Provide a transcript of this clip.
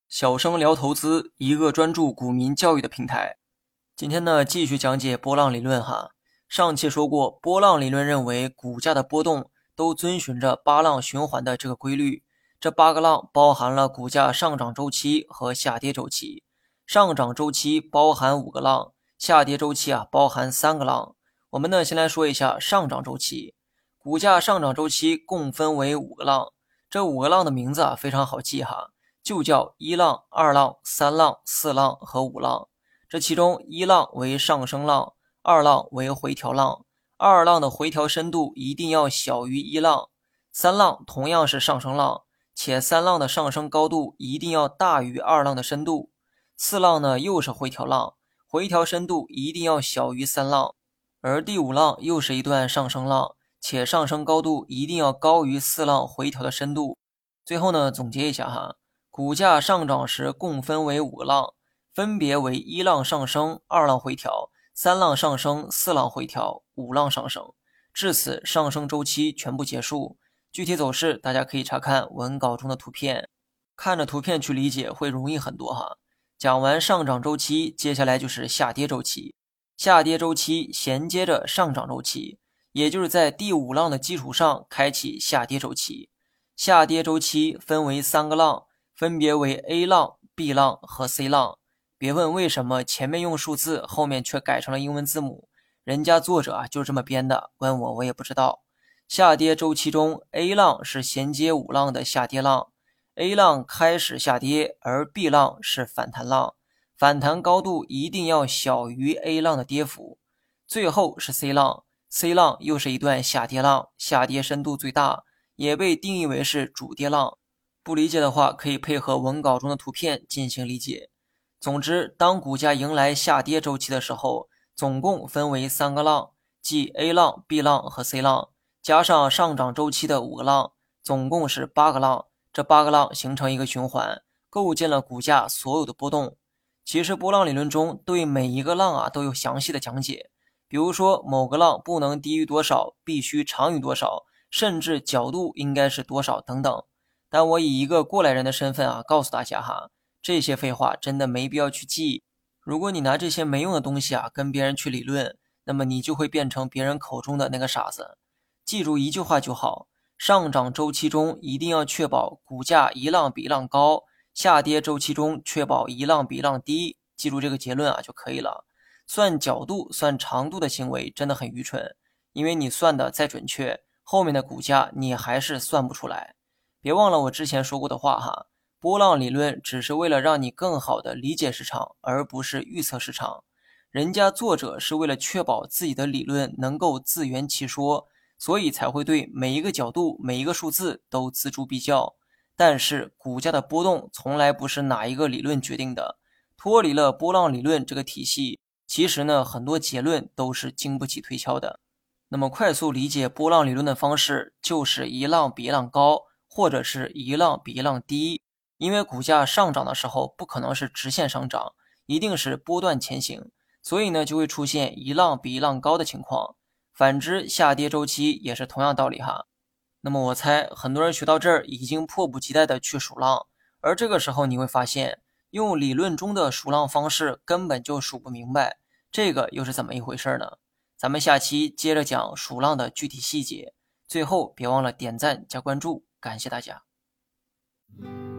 小生聊投资，一个专注股民教育的平台。今天呢，继续讲解波浪理论哈。上期说过，波浪理论认为股价的波动都遵循着八浪循环的这个规律。这八个浪包含了股价上涨周期和下跌周期。上涨周期包含5个浪，下跌周期包含3个浪。我们呢，先来说一下上涨周期。股价上涨周期共分为5个浪，这5个浪的名字非常好记哈。就叫1浪、2浪、3浪、4浪和5浪。这其中1浪为上升浪，2浪为回调浪，2浪的回调深度一定要小于1浪，3浪同样是上升浪，且3浪的上升高度一定要大于2浪的深度，4浪呢又是回调浪，回调深度一定要小于3浪，而第5浪又是一段上升浪，且上升高度一定要高于4浪回调的深度。最后呢，总结一下哈。股价上涨时共分为5个浪，分别为1浪上升、2浪回调、3浪上升、4浪回调、5浪上升。至此，上升周期全部结束。具体走势大家可以查看文稿中的图片，看着图片去理解会容易很多哈。讲完上涨周期，接下来就是下跌周期。下跌周期衔接着上涨周期，也就是在第5浪的基础上开启下跌周期。下跌周期分为3个浪，分别为 A 浪、B 浪和 C 浪。别问为什么前面用数字，后面却改成了英文字母，人家作者就这么编的，问我也不知道。下跌周期中 A 浪是衔接5浪的下跌浪， A 浪开始下跌，而 B 浪是反弹浪，反弹高度一定要小于 A 浪的跌幅。最后是 C 浪， C 浪又是一段下跌浪，下跌深度最大，也被定义为是主跌浪。不理解的话，可以配合文稿中的图片进行理解。总之，当股价迎来下跌周期的时候，总共分为3个浪，即 A 浪、B 浪和 C 浪，加上上涨周期的5个浪，总共是8个浪。这8个浪形成一个循环，构建了股价所有的波动。其实波浪理论中对每一个浪都有详细的讲解，比如说某个浪不能低于多少，必须长于多少，甚至角度应该是多少等等。但我以一个过来人的身份告诉大家哈，这些废话真的没必要去记。如果你拿这些没用的东西跟别人去理论，那么你就会变成别人口中的那个傻子。记住一句话就好，上涨周期中一定要确保股价一浪比一浪高，下跌周期中确保一浪比一浪低。记住这个结论就可以了。算角度、算长度的行为真的很愚蠢，因为你算的再准确，后面的股价你还是算不出来。别忘了我之前说过的话哈，波浪理论只是为了让你更好的理解市场，而不是预测市场。人家作者是为了确保自己的理论能够自圆其说，所以才会对每一个角度、每一个数字都锱铢必较。但是股价的波动从来不是哪一个理论决定的，脱离了波浪理论这个体系，其实呢，很多结论都是经不起推敲的。那么快速理解波浪理论的方式就是一浪比一浪高，或者是一浪比一浪低。因为股价上涨的时候不可能是直线上涨，一定是波段前行，所以呢就会出现一浪比一浪高的情况。反之，下跌周期也是同样道理哈。那么我猜很多人学到这儿已经迫不及待的去数浪，而这个时候你会发现，用理论中的数浪方式根本就数不明白，这个又是怎么一回事呢？咱们下期接着讲数浪的具体细节。最后别忘了点赞加关注，感谢大家。